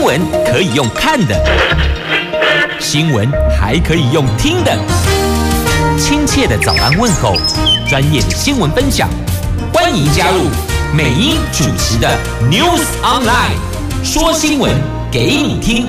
闻可以用看的，新闻还可以用听的。亲切的早安问候，专业的新闻分享，欢迎加入美英主持的 News Online， 说新闻给你听。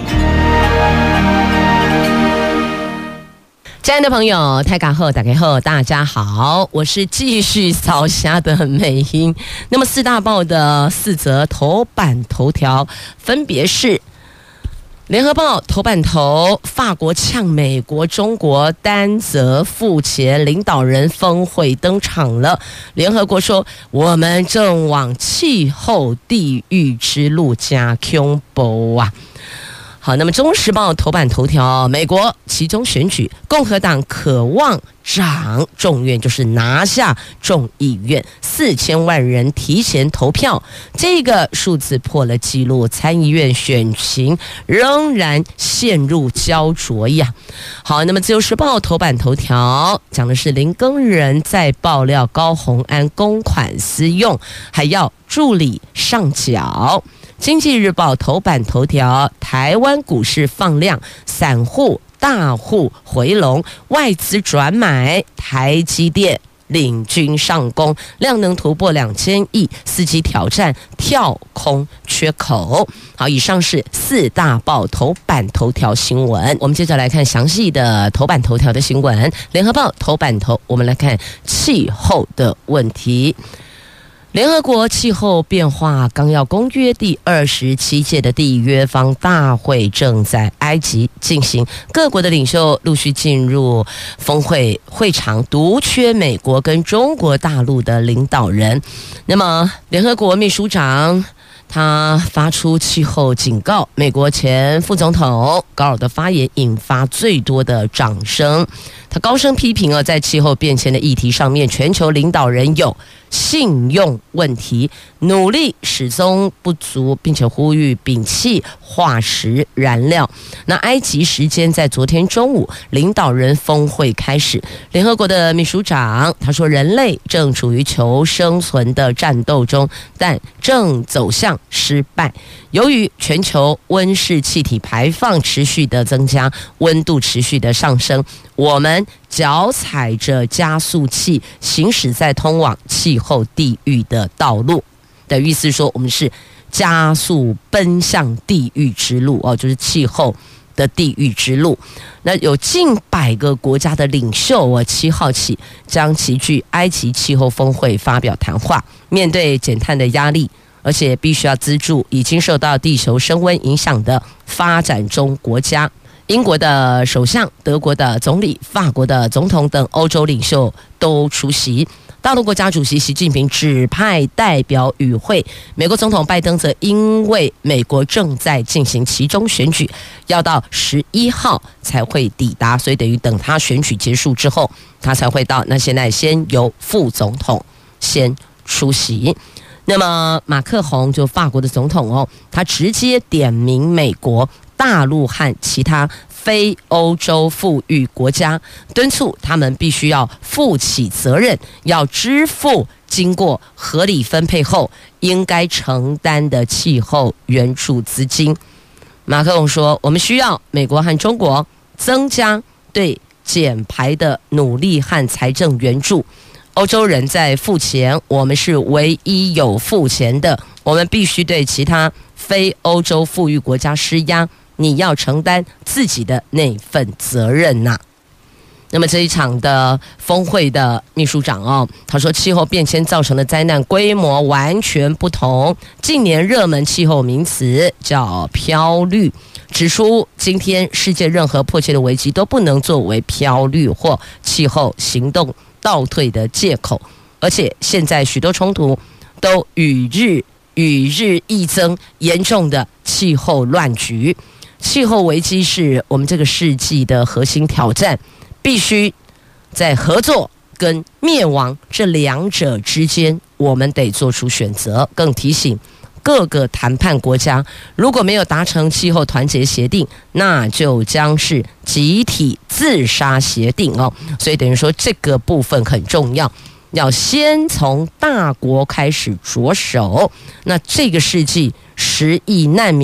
亲爱的朋友，大家好，大家好，我是继续扫瞎的美英。那么四大报的4则头版头条分别是：联合报头版头，法国呛美国、中国担责付钱，领导人峰会登场了。联合国说，我们正往气候地狱之路加恐怖啊。好，那么《中时报》头版头条，美国期中选举，共和党渴望掌众院，就是拿下众议院，4000万人提前投票，这个数字破了纪录，参议院选情仍然陷入焦灼呀。好，那么《自由时报》头版头条讲的是林耕仁在爆料高虹安公款私用，还要助理上缴。经济日报头版头条，台湾股市放量，散户大户回笼，外资转买，台积电领军上攻，量能突破2000亿，伺机挑战跳空缺口。好，以上是4大报头版头条新闻。我们接着来看详细的头版头条的新闻。联合报头版头，我们来看气候的问题。联合国气候变化纲要公约第27届的缔约方大会正在埃及进行，各国的领袖陆续进入峰会会场，独缺美国跟中国大陆的领导人。那么联合国秘书长他发出气候警告，美国前副总统高尔的发言引发最多的掌声。他高声批评在气候变迁的议题上面，全球领导人有信用问题，努力始终不足，并且呼吁摒弃化石燃料。那埃及时间在昨天中午，领导人峰会开始。联合国的秘书长他说，人类正处于求生存的战斗中，但正走向失败。由于全球温室气体排放持续的增加，温度持续的上升，我们脚踩着加速器行驶在通往气候地狱的道路的意思说，我们是加速奔向地狱之路就是气候的地狱之路。那有近100个国家的领袖7号起将齐聚埃及气候峰会发表谈话，面对减碳的压力，而且必须要资助已经受到地球升温影响的发展中国家。英国的首相、德国的总理、法国的总统等欧洲领袖都出席。大陆国家主席习近平指派代表与会，美国总统拜登则因为美国正在进行期中选举，要到11号才会抵达，所以等于等他选举结束之后他才会到。那现在先由副总统先出席。那么马克宏就法国的总统他直接点名美国、大陆和其他非欧洲富裕国家，敦促他们必须要负起责任，要支付经过合理分配后应该承担的气候援助资金。马克宏说，我们需要美国和中国增加对减排的努力和财政援助。欧洲人在付钱，我们是唯一有付钱的，我们必须对其他非欧洲富裕国家施压，你要承担自己的那份责任呐。那么这一场的峰会的秘书长他说，气候变迁造成的灾难规模完全不同。近年热门气候名词叫漂绿，指出今天世界任何迫切的危机都不能作为漂绿或气候行动倒退的借口，而且现在许多冲突都与日益增，严重的气候乱局。气候危机是我们这个世纪的核心挑战，必须在合作跟灭亡这两者之间，我们得做出选择。更提醒各个谈判国家，如果没有达成气候团结协定，那就将是集体自杀协定所以等于说这个部分很重要，要先从大国开始着手。那这个世纪10亿难民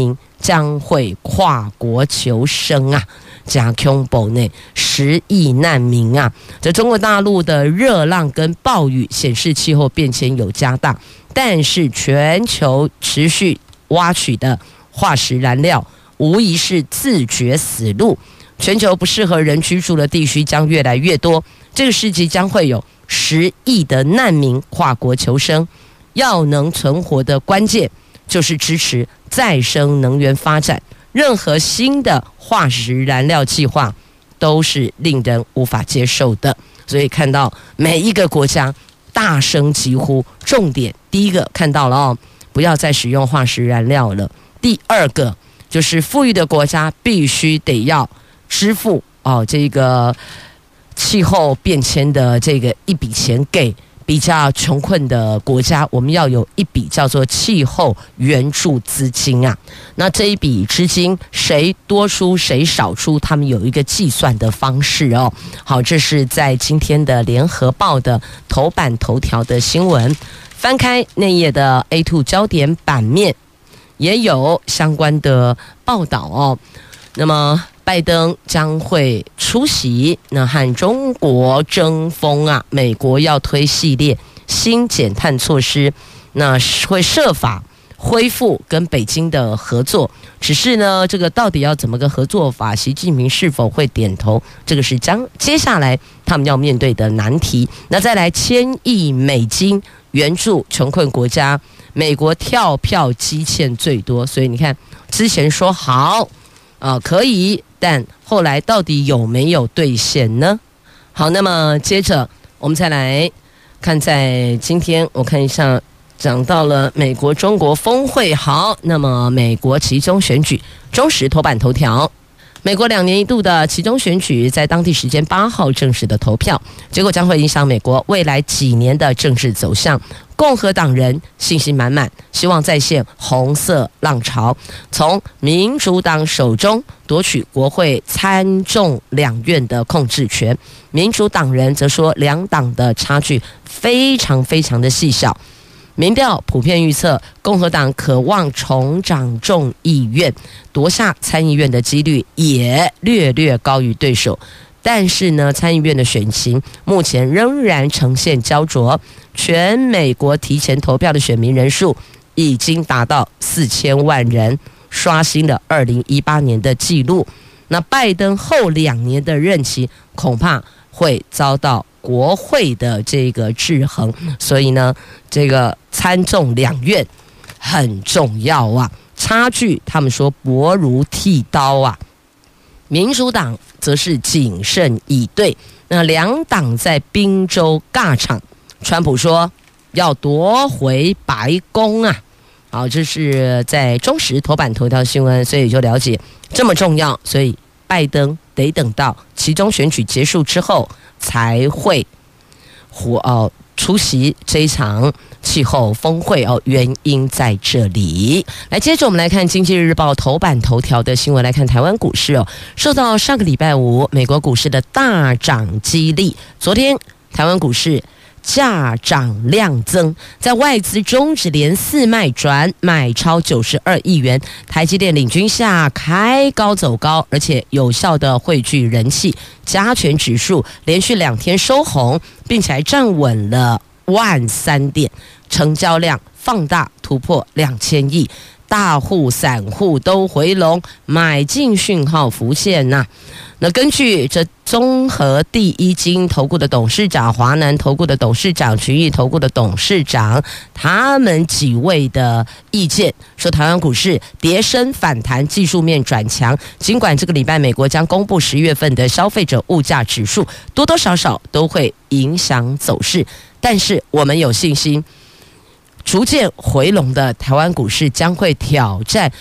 将会跨国求生啊，加恐怖呢，10亿难民啊！这中国大陆的热浪跟暴雨显示气候变迁有加大，但是全球持续挖取的化石燃料无疑是自掘死路。全球不适合人居住的地区将越来越多，这个世纪将会有10亿的难民跨国求生。要能存活的关键就是支持再生能源发展，任何新的化石燃料计划都是令人无法接受的。所以看到每一个国家大声疾呼，重点第一个看到了不要再使用化石燃料了。第二个就是富裕的国家必须得要支付这个气候变迁的这个一笔钱给比较穷困的国家，我们要有一笔叫做气候援助资金啊。那这一笔资金谁多出谁少出，他们有一个计算的方式哦。好，这是在今天的联合报的头版头条的新闻，翻开内页的 A2 焦点版面也有相关的报道哦。那么拜登将会出席和中国争锋啊，美国要推系列新减碳措施，那会设法恢复跟北京的合作，只是呢这个到底要怎么个合作法，习近平是否会点头，这个是接下来他们要面对的难题。那再来1000亿美金援助穷困国家，美国跳票积欠最多，所以你看之前说好可以，但后来到底有没有兑现呢？好，那么接着我们再来看，在今天我看一下讲到了美国中国峰会。好，那么美国期中选举，中时头版头条，美国2年一度的期中选举在当地时间8号正式的投票，结果将会影响美国未来几年的政治走向。共和党人信心满满，希望再现红色浪潮，从民主党手中夺取国会参众两院的控制权。民主党人则说，两党的差距非常非常的细小。民调普遍预测，共和党渴望重掌众议院，夺下参议院的几率也略略高于对手。但是呢，参议院的选情目前仍然呈现焦灼，全美国提前投票的选民人数已经达到4000万人，刷新了2018年的纪录。那拜登后2年的任期恐怕会遭到国会的这个制衡，所以呢，这个参众两院很重要啊，差距他们说薄如剃刀啊。民主党则是谨慎以对，那两党在宾州尬场，川普说要夺回白宫啊。好，这是在中时头版头条新闻，所以就了解这么重要，所以拜登得等到期中选举结束之后才会出席这一场气候峰会原因在这里。来，接着我们来看经济日报头版头条的新闻，来看台湾股市受到上个礼拜五美国股市的大涨激励，昨天台湾股市价涨量增，在外资中指连4卖转，买超92亿元，台积电领军下开高走高，而且有效的汇聚人气，加权指数连续2天收红，并且还站稳了13000点，成交量放大突破2000亿，大户散户都回笼，买进讯号浮现呐。那根据这综合第一金投顾的董事长、华南投顾的董事长、群益投顾的董事长，他们几位的意见说，台湾股市跌升反弹，技术面转强。尽管这个礼拜美国将公布10月份的消费者物价指数，多多少少都会影响走势，但是我们有信心，逐渐回笼的台湾股市将会挑战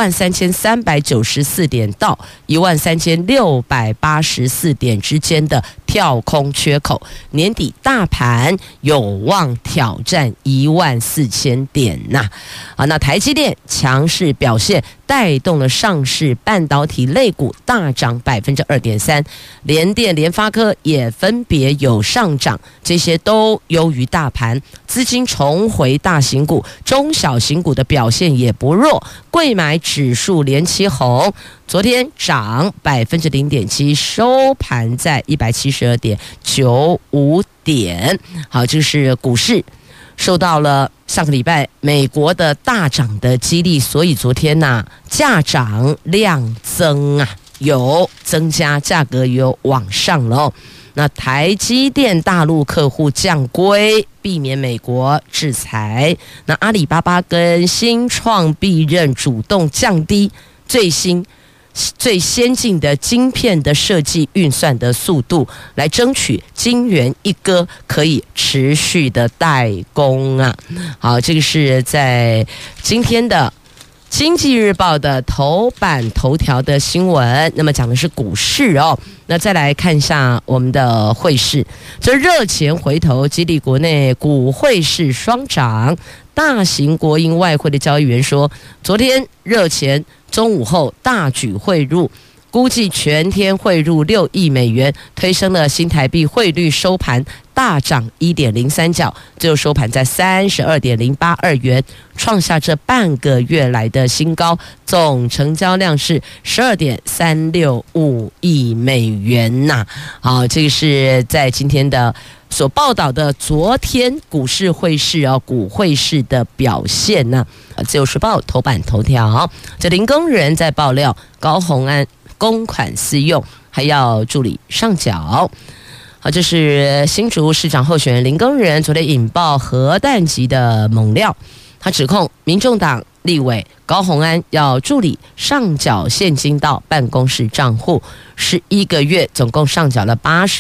13394点到13684点之间的跳空缺口，年底大盘有望挑战14000点呐。那台积电强势表现， 带动了上市半导体类股大涨2.3%，联电、联发科也分别有上涨，这些都优于大盘，资金重回大型股，中小型股的表现也不弱，贵买指数连七红，昨天涨0.7%，收盘在172.95点。好，这是股市受到了上个礼拜美国的大涨的激励，所以昨天价涨量增有增加，价格有往上了那台积电大陆客户降规，避免美国制裁。那阿里巴巴跟新创必认主动降低最先进的晶片的设计运算的速度，来争取晶圆一哥可以持续的代工好，这个是在今天的经济日报的头版头条的新闻，那么讲的是股市那再来看一下我们的汇市，这热钱回头激励国内股汇市双涨。大型国营外汇的交易员说，昨天热钱中午后大举汇入，估计全天汇入6亿美元，推升了新台币汇率收盘大涨1.03角，最后收盘在32.082元，创下这半个月来的新高，总成交量是12.365亿美元好，这个是在今天的所报道的昨天股市汇市股汇市的表现自由时报头版头条，这林耕仁在爆料高虹安公款私用，还要助理上缴。好，这是新竹市长候选人林耕仁昨天引爆核弹级的猛料，他指控民众党立委高虹安要助理上缴现金到办公室账户，11个月总共上缴了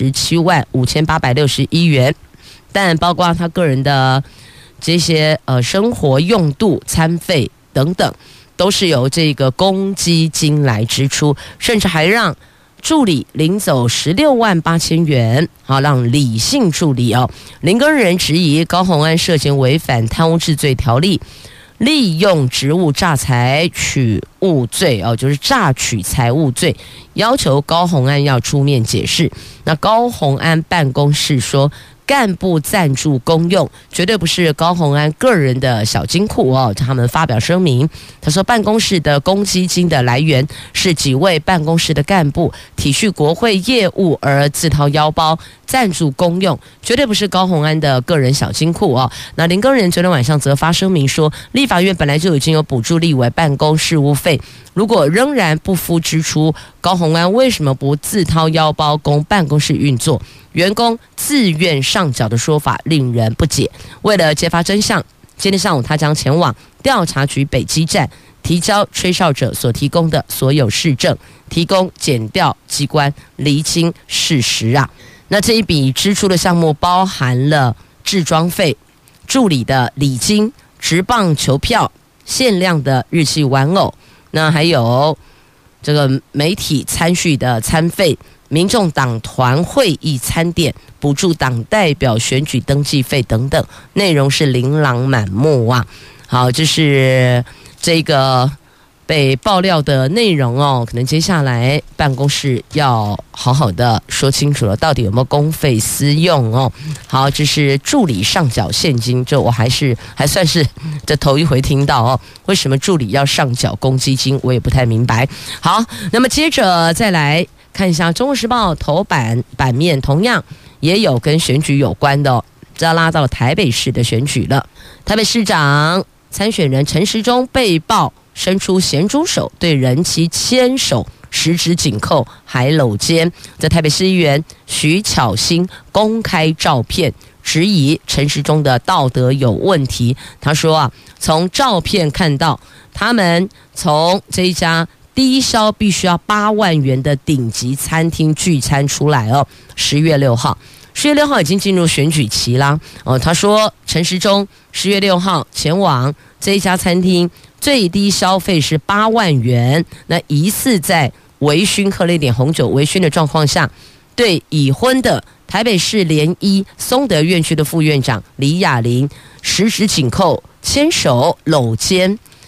875861元，但包括他个人的这些生活用度、餐费等等，都是由这个公积金来支出，甚至还让助理领走168000元，好，让李姓助理林耕仁质疑高虹安涉嫌违反贪污治罪条例，利用职务诈财取物罪就是诈取财物罪，要求高虹安要出面解释。那高虹安办公室说，干部赞助公用绝对不是高虹安个人的小金库他们发表声明，他说办公室的公积金的来源是几位办公室的干部体恤国会业务而自掏腰包赞助公用，绝对不是高虹安的个人小金库那林耕仁昨天晚上则发声明说，立法院本来就已经有补助立委办公事务费，如果仍然不敷支出，高虹安为什么不自掏腰包供办公室运作？员工自愿上缴的说法令人不解。为了揭发真相，今天上午他将前往调查局北基站，提交吹哨者所提供的所有事证，提供检调机关厘清事实那这一笔支出的项目包含了制装费、助理的礼金、职棒球票、限量的日系玩偶，那还有这个媒体参叙的餐费、民众党团会议餐点、补助党代表选举登记费等等，内容是琳琅满目好，这是这个被爆料的内容可能接下来办公室要好好的说清楚了，到底有没有公费私用好，这是助理上缴现金，这我还算是这头一回听到为什么助理要上缴公积金，我也不太明白。好，那么接着再来看一下《中国时报》头版面，同样也有跟选举有关的这要拉到台北市的选举了。台北市长参选人陈时中被曝伸出咸猪手，对人妻牵手、十指紧扣还搂肩。在台北市议员徐巧芯公开照片，质疑陈时中的道德有问题。他说从照片看到他们从这一家低消必须要8万元的顶级餐厅聚餐出来10月6号已经进入选举期啦他说陈时中10月6号前往这一家餐厅，最低消费是8万元，那疑似在微醺喝了一点红酒微醺的状况下，对已婚的台北市联医松德院区的副院长李雅玲十指紧扣、牵手、搂肩。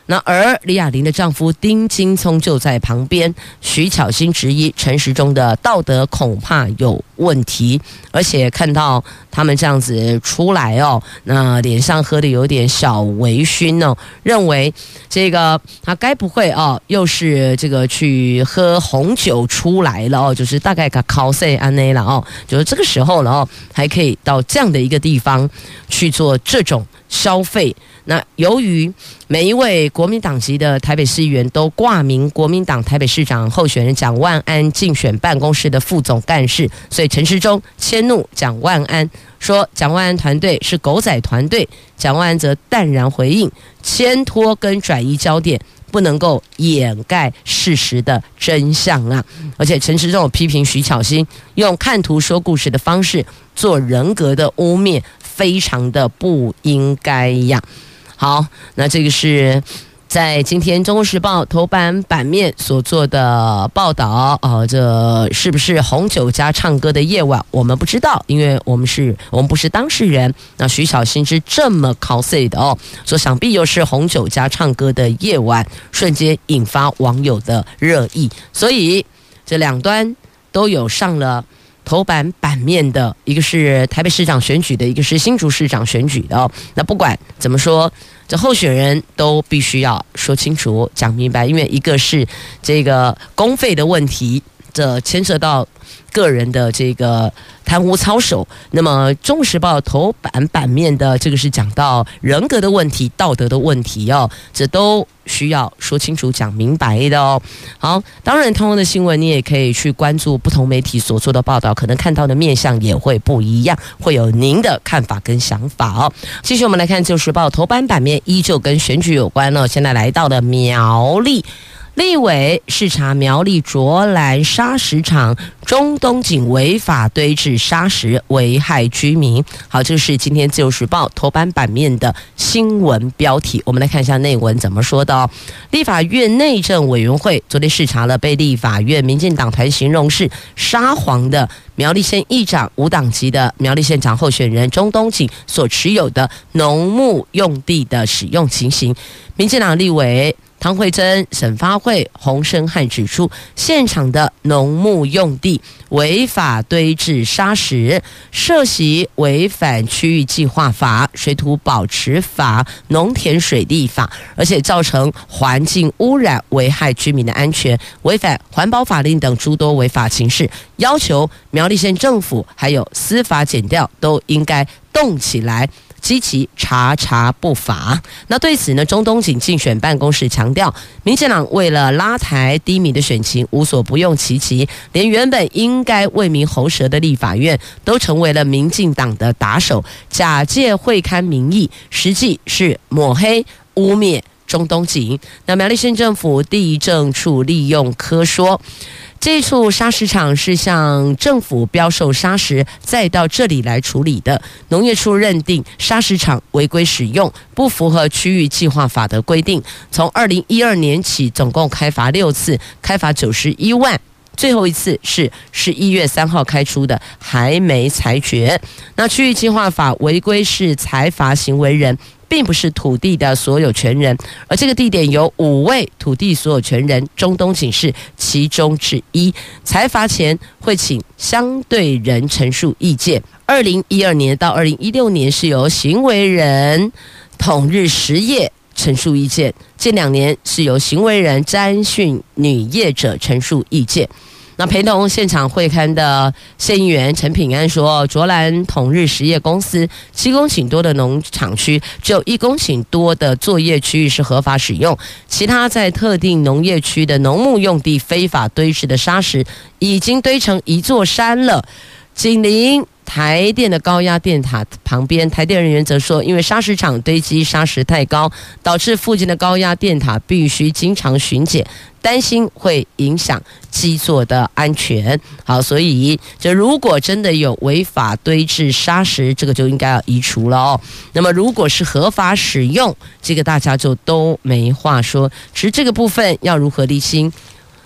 那而李雅玲的丈夫丁金聪就在旁边，徐巧芯质疑陈时中的道德恐怕有问题，而且看到他们这样子出来哦，那脸上喝的有点小微醺哦，认为这个他该不会哦又是这个去喝红酒出来了哦，就是大概考试安内了哦，就是这个时候了哦，还可以到这样的一个地方去做这种消费。那由于每一位国民党籍的台北市议员都挂名国民党台北市长候选人蒋万安竞选办公室的副总干事，所以陈时中迁怒蒋万安，说蒋万安团队是狗仔团队。蒋万安则淡然回应，牵拖跟转移焦点不能够掩盖事实的真相啊！而且陈时中有批评徐巧芯用看图说故事的方式做人格的污蔑，非常的不应该呀。好，那这个是在今天《中国时报》头版版面所做的报道，这是不是红酒加唱歌的夜晚？我们不知道，因为我们不是当事人。那徐巧芯是这么 cos 的哦，说想必又是红酒加唱歌的夜晚，瞬间引发网友的热议。所以这两端都有上了头版版面的，一个是台北市长选举的，一个是新竹市长选举的哦。那不管怎么说，这候选人都必须要说清楚、讲明白，因为一个是这个公费的问题，这牵涉到个人的这个贪污操守。那么《中时报》头版面的这个是讲到人格的问题、道德的问题哦，这都需要说清楚、讲明白的哦。好，当然，同样的新闻你也可以去关注不同媒体所做的报道，可能看到的面向也会不一样，会有您的看法跟想法哦。继续我们来看《旧时报》头版版面，依旧跟选举有关哦。现在来到了苗栗。立委视察苗栗卓兰砂石场中东锦违法堆置砂石，危害居民。好，这是今天自由时报头版版面的新闻标题。我们来看一下内文怎么说的哦。立法院内政委员会昨天视察了被立法院民进党团形容是沙皇的苗栗县议长无党籍的苗栗县长候选人中东锦所持有的农牧用地的使用情形。民进党立委汤惠珍、沈发慧、洪胜汉指出，现场的农牧用地违法堆置砂石，涉袭违反区域计划法、水土保持法、农田水利法，而且造成环境污染，危害居民的安全，违反环保法令等诸多违法情事，要求苗栗县政府还有司法检调都应该动起来，积极查不法。那对此呢，中东锦竞选办公室强调，民进党为了拉抬低迷的选情，无所不用其极，连原本应该为民喉舌的立法院都成为了民进党的打手，假借会勘民意，实际是抹黑污蔑中东锦。那苗栗县政府地政处利用科说，这处砂石场是向政府标售砂石，再到这里来处理的。农业处认定砂石场违规使用，不符合区域计划法的规定。从2012年起，总共开罚6次，开罚91万。最后一次是11月3号开出的，还没裁决。那区域计划法违规是裁罚行为人，并不是土地的所有权人，而这个地点有5位土地所有权人，中东锦是其中之一。裁罚前会请相对人陈述意见。2012年到2016年是由行为人统日实业陈述意见，近2年是由行为人詹训女业者陈述意见。那陪同现场会勘的县议员陈品安说，卓兰统日实业公司7公顷多的农场区，只有1公顷多的作业区域是合法使用，其他在特定农业区的农牧用地非法堆置的砂石已经堆成一座山了，紧邻台电的高压电塔旁边。台电人员则说，因为砂石场堆积砂石太高，导致附近的高压电塔必须经常巡检，担心会影响基座的安全。好，所以就如果真的有违法堆置砂石，这个就应该要移除了哦。那么如果是合法使用，这个大家就都没话说，只是这个部分要如何厘清，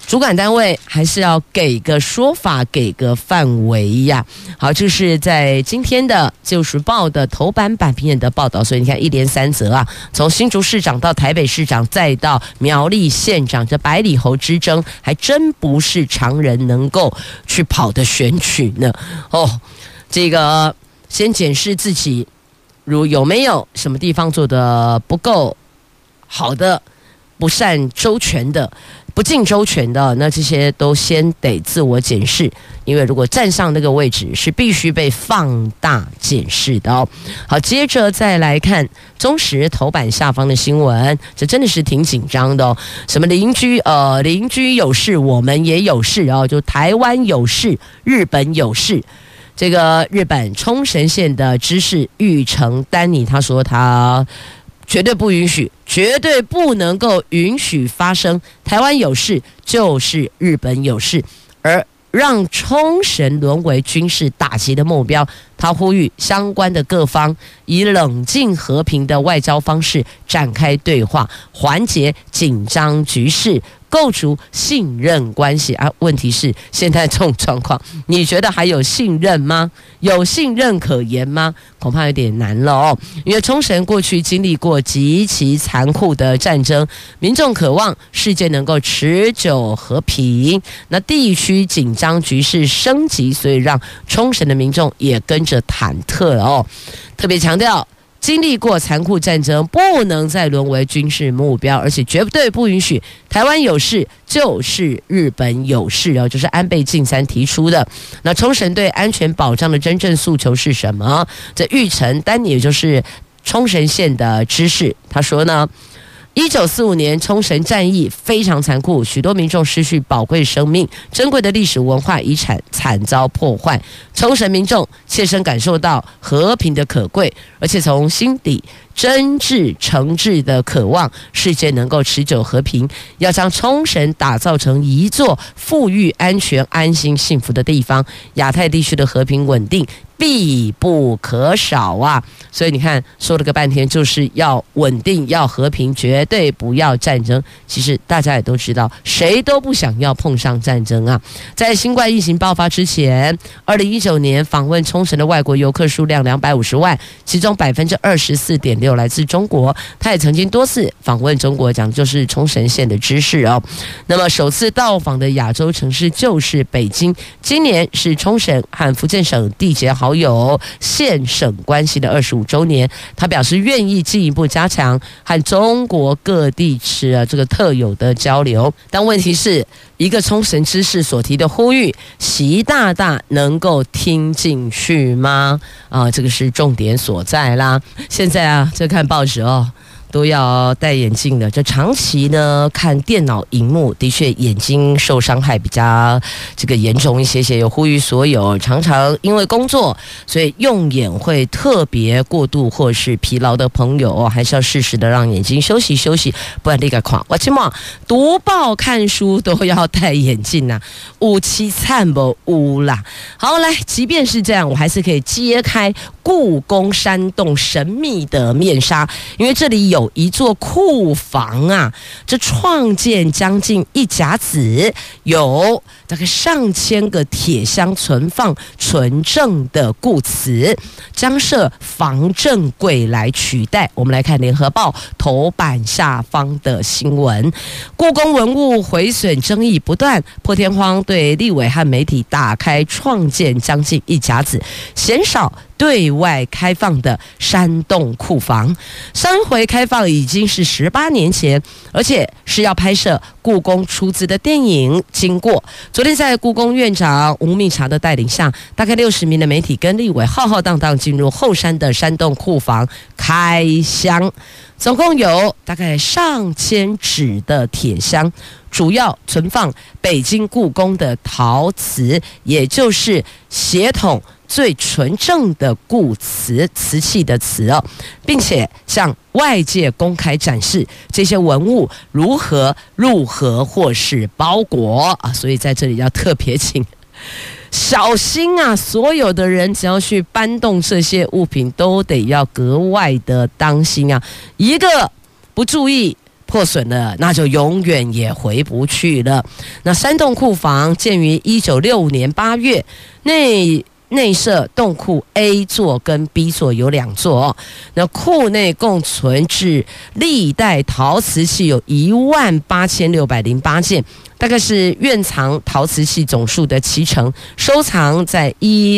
主管单位还是要给个说法，给个范围呀。好，这是在今天的《自由时报》的头版版面的报道，所以你看一连三则啊，从新竹市长到台北市长，再到苗栗县长，这百里侯之争，还真不是常人能够去跑的选举呢。哦，这个先检视自己，如有没有什么地方做得不够好的、不善周全的、不尽周全的，那这些都先得自我检视，因为如果站上那个位置是必须被放大检视的哦。好，接着再来看中时头版下方的新闻，这真的是挺紧张的哦。什么邻居有事，我们也有事哦，就台湾有事，日本有事。这个日本冲绳县的知事玉城丹尼他说他绝对不允许，绝对不能够允许发生台湾有事就是日本有事，而让冲绳沦为军事打击的目标。他呼吁相关的各方以冷静和平的外交方式展开对话，缓解紧张局势，构筑信任关系啊！问题是现在这种状况，你觉得还有信任吗？有信任可言吗？恐怕有点难了哦。因为冲绳过去经历过极其残酷的战争，民众渴望世界能够持久和平。那地区紧张局势升级，所以让冲绳的民众也跟着忐忑了哦。特别强调，经历过残酷战争，不能再沦为军事目标，而且绝对不允许台湾有事就是日本有事哦，就是安倍晋三提出的。那冲绳对安全保障的真正诉求是什么？这玉城丹尼也就是冲绳县的知事，他说呢，1945年冲绳战役非常残酷，许多民众失去宝贵生命，珍贵的历史文化遗产惨遭破坏。冲绳民众切身感受到和平的可贵，而且从心底真挚诚挚的渴望世界能够持久和平，要将冲绳打造成一座富裕、安全、安心、幸福的地方。亚太地区的和平稳定必不可少啊！所以你看，说了个半天，就是要稳定，要和平，绝对不要战争。其实大家也都知道，谁都不想要碰上战争啊。在新冠疫情爆发之前，2019年访问冲绳的外国游客数量250万，其中24.6%来自中国。他也曾经多次访问中国，讲就是冲绳县的知事哦。那么首次到访的亚洲城市就是北京，今年是冲绳和福建省缔结好友县省关系的25周年，他表示愿意进一步加强和中国各地这个特有的交流。但问题是，一个冲绳知事所提的呼吁，习大大能够听进去吗？这个是重点所在啦。现在啊，这看报纸哦，都要戴眼镜的。这长期呢看电脑荧幕，的确眼睛受伤害比较这个严重一些些。有呼吁所有常常因为工作，所以用眼会特别过度或是疲劳的朋友哦，还是要适时的让眼睛休息休息，不然那个垮。我起码读报看书都要戴眼镜啊，乌漆惨不乌啦。好，来，即便是这样，我还是可以揭开故宫山洞神秘的面纱，因为这里有一座库房啊，这创建将近1甲子，有大概上千个铁箱存放纯正的故瓷，将设防震柜来取代。我们来看联合报头版下方的新闻，故宫文物毁损争议不断，破天荒对立委和媒体打开创建将近1甲子，鲜少对外开放的山洞库房。上一回开放已经是18年前，而且是要拍摄故宫出资的电影经过。昨天在故宫院长吴密察的带领下，大概60名的媒体跟立委浩浩荡荡进入后山的山洞库房开箱，总共有大概上千只的铁箱，主要存放北京故宫的陶瓷，也就是血统最纯正的故瓷，瓷器的瓷哦，并且向外界公开展示这些文物如何入盒或是包裹啊，所以在这里要特别请小心啊！所有的人只要去搬动这些物品，都得要格外的当心啊！一个不注意， 破损了，那就永远也回不去了。那山洞库房建于1965年8月，内设洞库 A 座跟 B 座有2座，那库内共存至历代陶瓷器有18608件，大概是院藏陶瓷器总数的70%，收藏在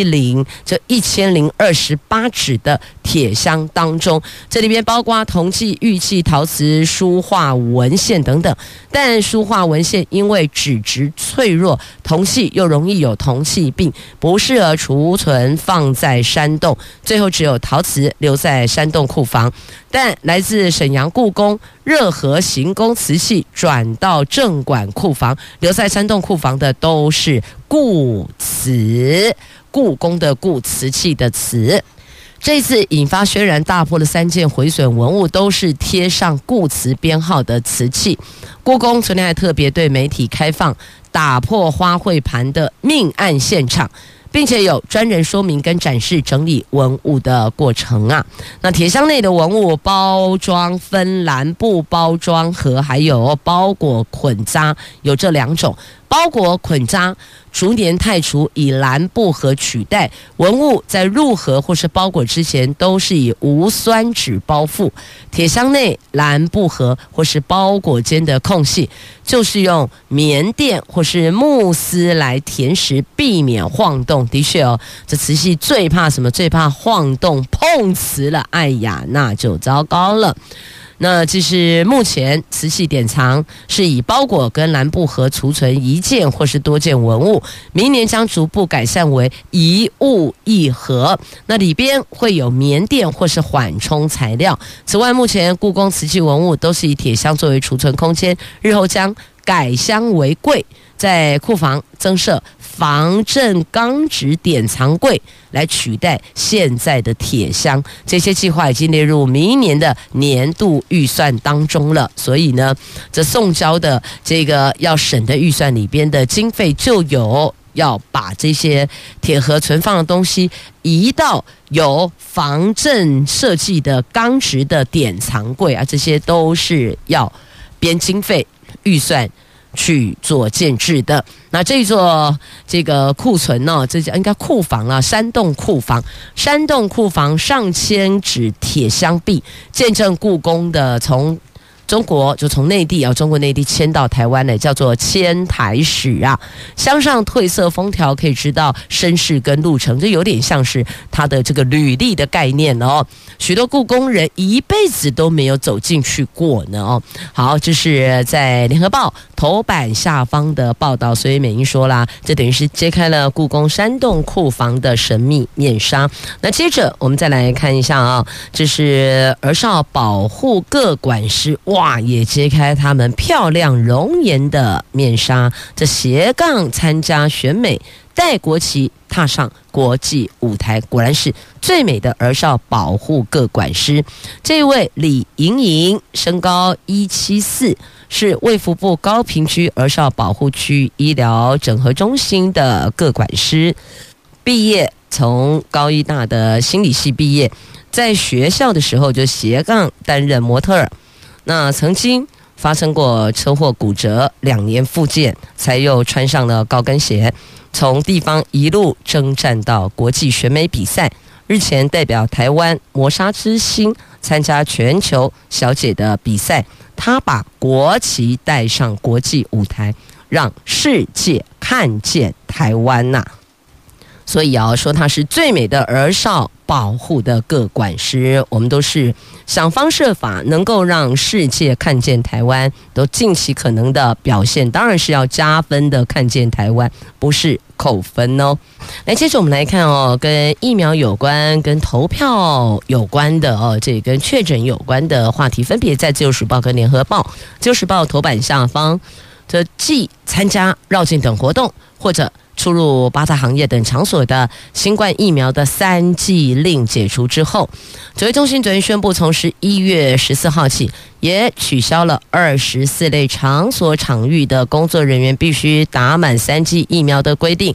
1028纸的铁箱当中。这里边包括铜器、玉器、陶瓷、书画、文献等等。但书画文献因为纸质脆弱，铜器又容易有铜器病，不适合储存放在山洞，最后只有陶瓷留在山洞库房。但来自沈阳故宫热河行宫瓷器转到正馆库房，留在山洞库房的都是故瓷，故宫的故，瓷器的瓷。这次引发轩然大波的3件毁损文物都是贴上故瓷编号的瓷器。故宫昨天还特别对媒体开放打破花卉盘的命案现场，并且有专人说明跟展示整理文物的过程啊。那铁箱内的文物包装分蓝布包装盒，还有包裹捆扎，有这2种。包裹捆扎逐年汰除，以蓝布盒取代。文物在入盒或是包裹之前都是以无酸纸包覆。铁箱内蓝布盒或是包裹间的空隙，就是用棉垫或是木丝来填实，避免晃动。的确哦，这瓷器最怕什么？最怕晃动，碰瓷了，哎呀，那就糟糕了。那其实目前瓷器典藏是以包裹跟蓝布盒储存1件或是多件文物，明年将逐步改善为一物一盒，那里边会有棉垫或是缓冲材料。此外，目前故宫瓷器文物都是以铁箱作为储存空间，日后将改箱为柜，在库房增设防震钢质典藏柜来取代现在的铁箱。这些计划已经列入明年的年度预算当中了，所以呢，这送交的这个要审的预算里边的经费就有要把这些铁盒存放的东西移到有防震设计的钢质的典藏柜啊，这些都是要编经费预算去做建制的。那这座这个库存呢，这应该库房啊，山洞库房上千纸铁箱壁，见证故宫的从中国就从内地中国内地迁到台湾的，叫做迁台史啊。箱上褪色封条可以知道身世跟路程，这有点像是它的这个履历的概念哦。许多故宫人一辈子都没有走进去过呢哦。好，这是在联合报头版下方的报道，所以美英说啦，这等于是揭开了故宫山洞库房的神秘面纱。那接着我们再来看一下啊，这是儿少保护各管师哇，也揭开他们漂亮容颜的面纱。这斜杠参加选美，带国旗踏上国际舞台，果然是最美的儿少保护各管师。这位李莹莹身高174，是卫福部高屏区儿少保护区医疗整合中心的各管师，毕业从高医大的心理系毕业，在学校的时候就斜杠担任模特儿。那曾经发生过车祸骨折，2年复健，才又穿上了高跟鞋，从地方一路征战到国际选美比赛。日前代表台湾磨砂之星参加全球小姐的比赛，她把国旗带上国际舞台，让世界看见台湾呐。所以说她是最美的儿少保护的各管师，我们都是想方设法能够让世界看见台湾，都尽其可能的表现，当然是要加分的看见台湾，不是扣分哦。来，接着我们来看跟疫苗有关、跟投票有关的这跟确诊有关的话题，分别在自由时报跟联合报。自由时报头版下方，这既参加绕境等活动或者出入8大行业等场所的新冠疫苗的3剂令解除之后，指挥中心昨天宣布，从11月14号起，也取消了24类场所场域的工作人员必须打满3剂疫苗的规定。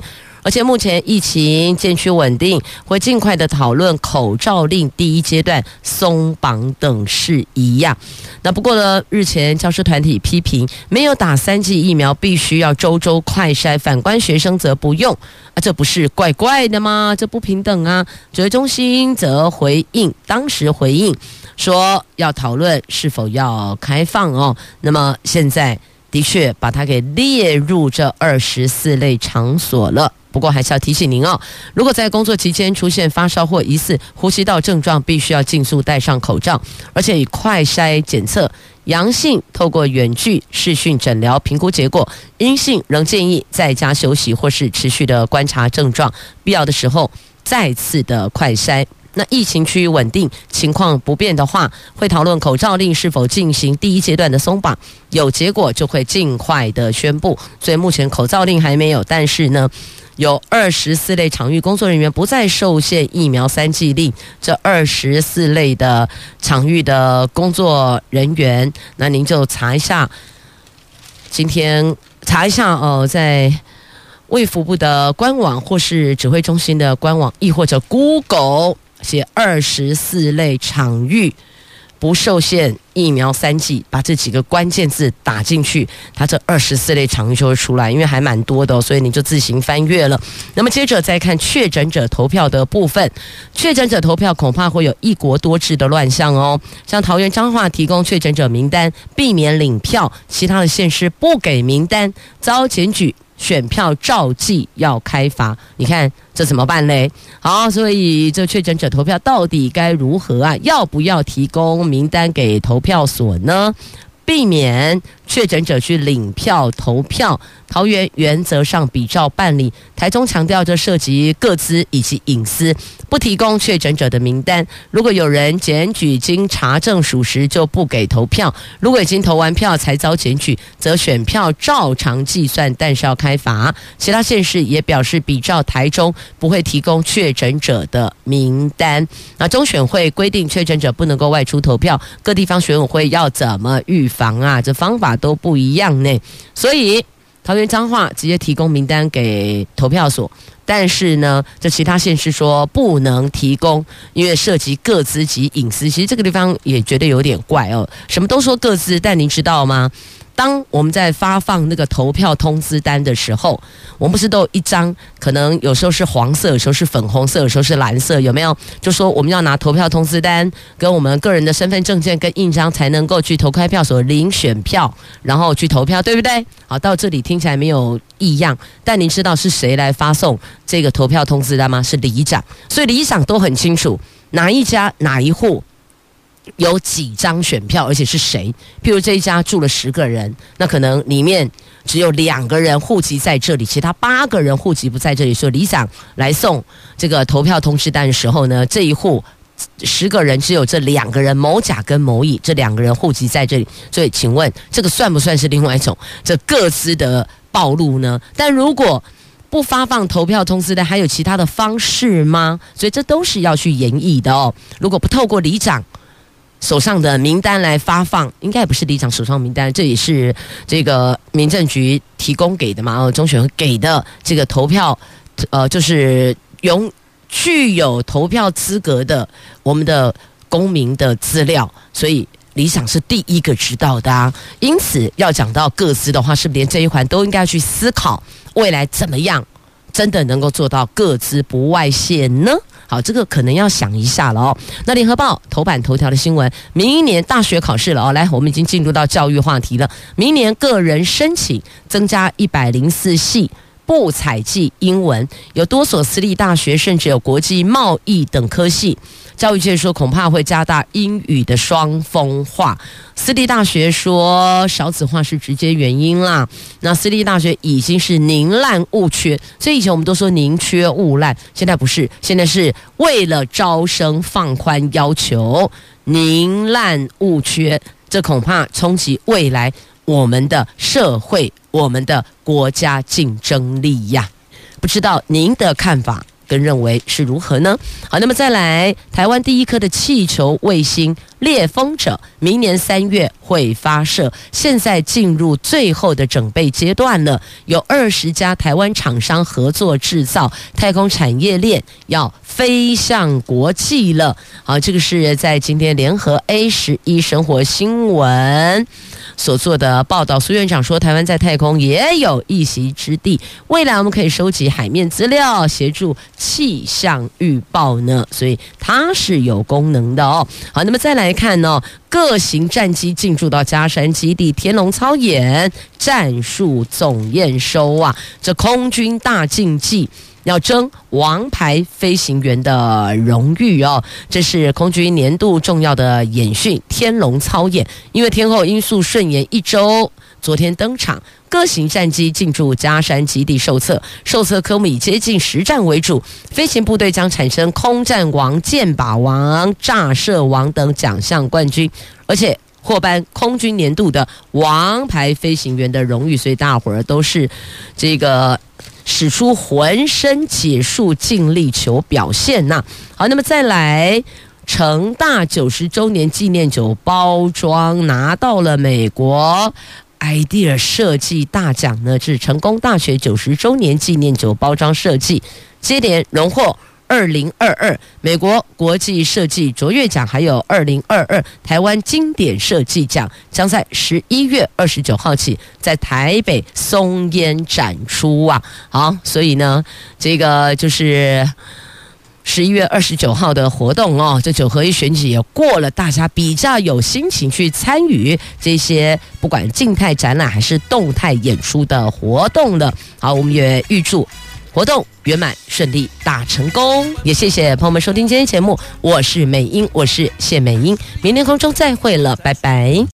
而且目前疫情渐趋稳定，会尽快的讨论口罩令第一阶段松绑等事宜呀。那不过呢，日前教师团体批评没有打3剂疫苗必须要周快筛，反观学生则不用啊，这不是怪怪的吗？这不平等啊！指挥中心则当时回应说要讨论是否要开放哦。那么现在的确把它给列入这24类场所了。不过还是要提醒您哦，如果在工作期间出现发烧或疑似呼吸道症状，必须要尽速戴上口罩，而且以快筛检测阳性，透过远距视讯诊疗评估结果阴性，仍建议在家休息或是持续的观察症状，必要的时候再次的快筛。那疫情趋于稳定，情况不变的话，会讨论口罩令是否进行第一阶段的松绑，有结果就会尽快的宣布。所以目前口罩令还没有，但是呢，有24类场域工作人员不再受限疫苗3剂令，这24类的场域的工作人员，那您就查一下，今天查一下在卫福部的官网或是指挥中心的官网，亦或者 Google 写24类场域不受限疫苗3剂，把这几个关键字打进去，它这24类场域就会出来，因为还蛮多的所以你就自行翻阅了。那么接着再看确诊者投票的部分，确诊者投票恐怕会有一国多制的乱象哦。像桃园彰化提供确诊者名单，避免领票，其他的县市不给名单，遭检举，选票照记要开罚，你看这怎么办嘞？好，所以这确诊者投票到底该如何啊？要不要提供名单给投票所呢？避免确诊者去领票投票，桃园原则上比照办理，台中强调这涉及个资以及隐私，不提供确诊者的名单。如果有人检举经查证属实，就不给投票；如果已经投完票才遭检举，则选票照常计算，但是要开罚。其他县市也表示比照台中，不会提供确诊者的名单。那中选会规定确诊者不能够外出投票，各地方选委会要怎么预防啊？这方法都不一样呢。所以桃园彰化直接提供名单给投票所，但是呢，这其他县市说不能提供，因为涉及个资及隐私。其实这个地方也觉得有点怪哦，什么都说个资，但您知道吗？当我们在发放那个投票通知单的时候，我们不是都有一张，可能有时候是黄色，有时候是粉红色，有时候是蓝色，有没有？就说我们要拿投票通知单跟我们个人的身份证件跟印章，才能够去投开票所领选票，然后去投票，对不对？好，到这里听起来没有异样，但您知道是谁来发送这个投票通知单吗？是里长，所以里长都很清楚哪一家哪一户有几张选票，而且是谁。譬如这一家住了10个人，那可能里面只有2个人户籍在这里，其他8个人户籍不在这里。所以里长来送这个投票通知单的时候呢，这一户10个人只有这2个人，某甲跟某乙这2个人户籍在这里。所以请问这个算不算是另外一种这各自的暴露呢？但如果不发放投票通知单，还有其他的方式吗？所以这都是要去研议的哦。如果不透过里长手上的名单来发放，应该也不是里长手上名单，这也是这个民政局提供给的嘛，中选会给的这个投票，就是具有投票资格的我们的公民的资料，所以里长是第一个知道的啊。因此要讲到个资的话，是不是连这一环都应该去思考，未来怎么样真的能够做到个资不外泄呢？好，这个可能要想一下了哦。那联合报头版头条的新闻，明年大学考试了哦。来，我们已经进入到教育话题了。明年个人申请增加104系，不采计英文，有多所私立大学甚至有国际贸易等科系。教育界说恐怕会加大英语的双风化，私立大学说少子化是直接原因啦。那私立大学已经是宁滥勿缺，所以以前我们都说宁缺毋滥，现在不是，现在是为了招生放宽要求，宁滥勿缺，这恐怕冲击未来我们的社会，我们的国家竞争力呀。不知道您的看法跟跟认为是如何呢？好，那么再来，台湾第一颗的气球卫星猎风者，明年3月会发射，现在进入最后的准备阶段了，有20家台湾厂商合作制造，太空产业链要飞向国际了。好，这个是在今天联合 A11 生活新闻所做的报道。苏院长说，台湾在太空也有一席之地，未来我们可以收集海面资料，协助气象预报呢，所以它是有功能的哦。好，那么再来看哦，各型战机进驻到嘉山基地，天龙操演战术总验收啊，这空军大竞技要争王牌飞行员的荣誉哦，这是空军年度重要的演训天龙操演，因为天后因素顺延1周，昨天登场，各型战机进驻嘉山基地受测科目以接近实战为主，飞行部队将产生空战王、箭靶王、炸射王等奖项冠军，而且获颁空军年度的王牌飞行员的荣誉，所以大伙儿都是这个使出浑身解数尽力求表现呐。好，那么再来，成大90周年纪念酒包装拿到了美国idea 设计大奖呢，是成功大学90周年纪念酒包装设计，接连荣获2022美国国际设计卓越奖，还有2022台湾经典设计奖，将在11月29号起在台北松烟展出啊。好，所以呢，这个就是11月29号的活动哦，这9合1选举也过了，大家比较有心情去参与这些不管静态展览还是动态演出的活动了。好，我们也预祝活动圆满顺利大成功，也谢谢朋友们收听今天节目，我是美英，我是谢美英，明天空中再会了，拜拜。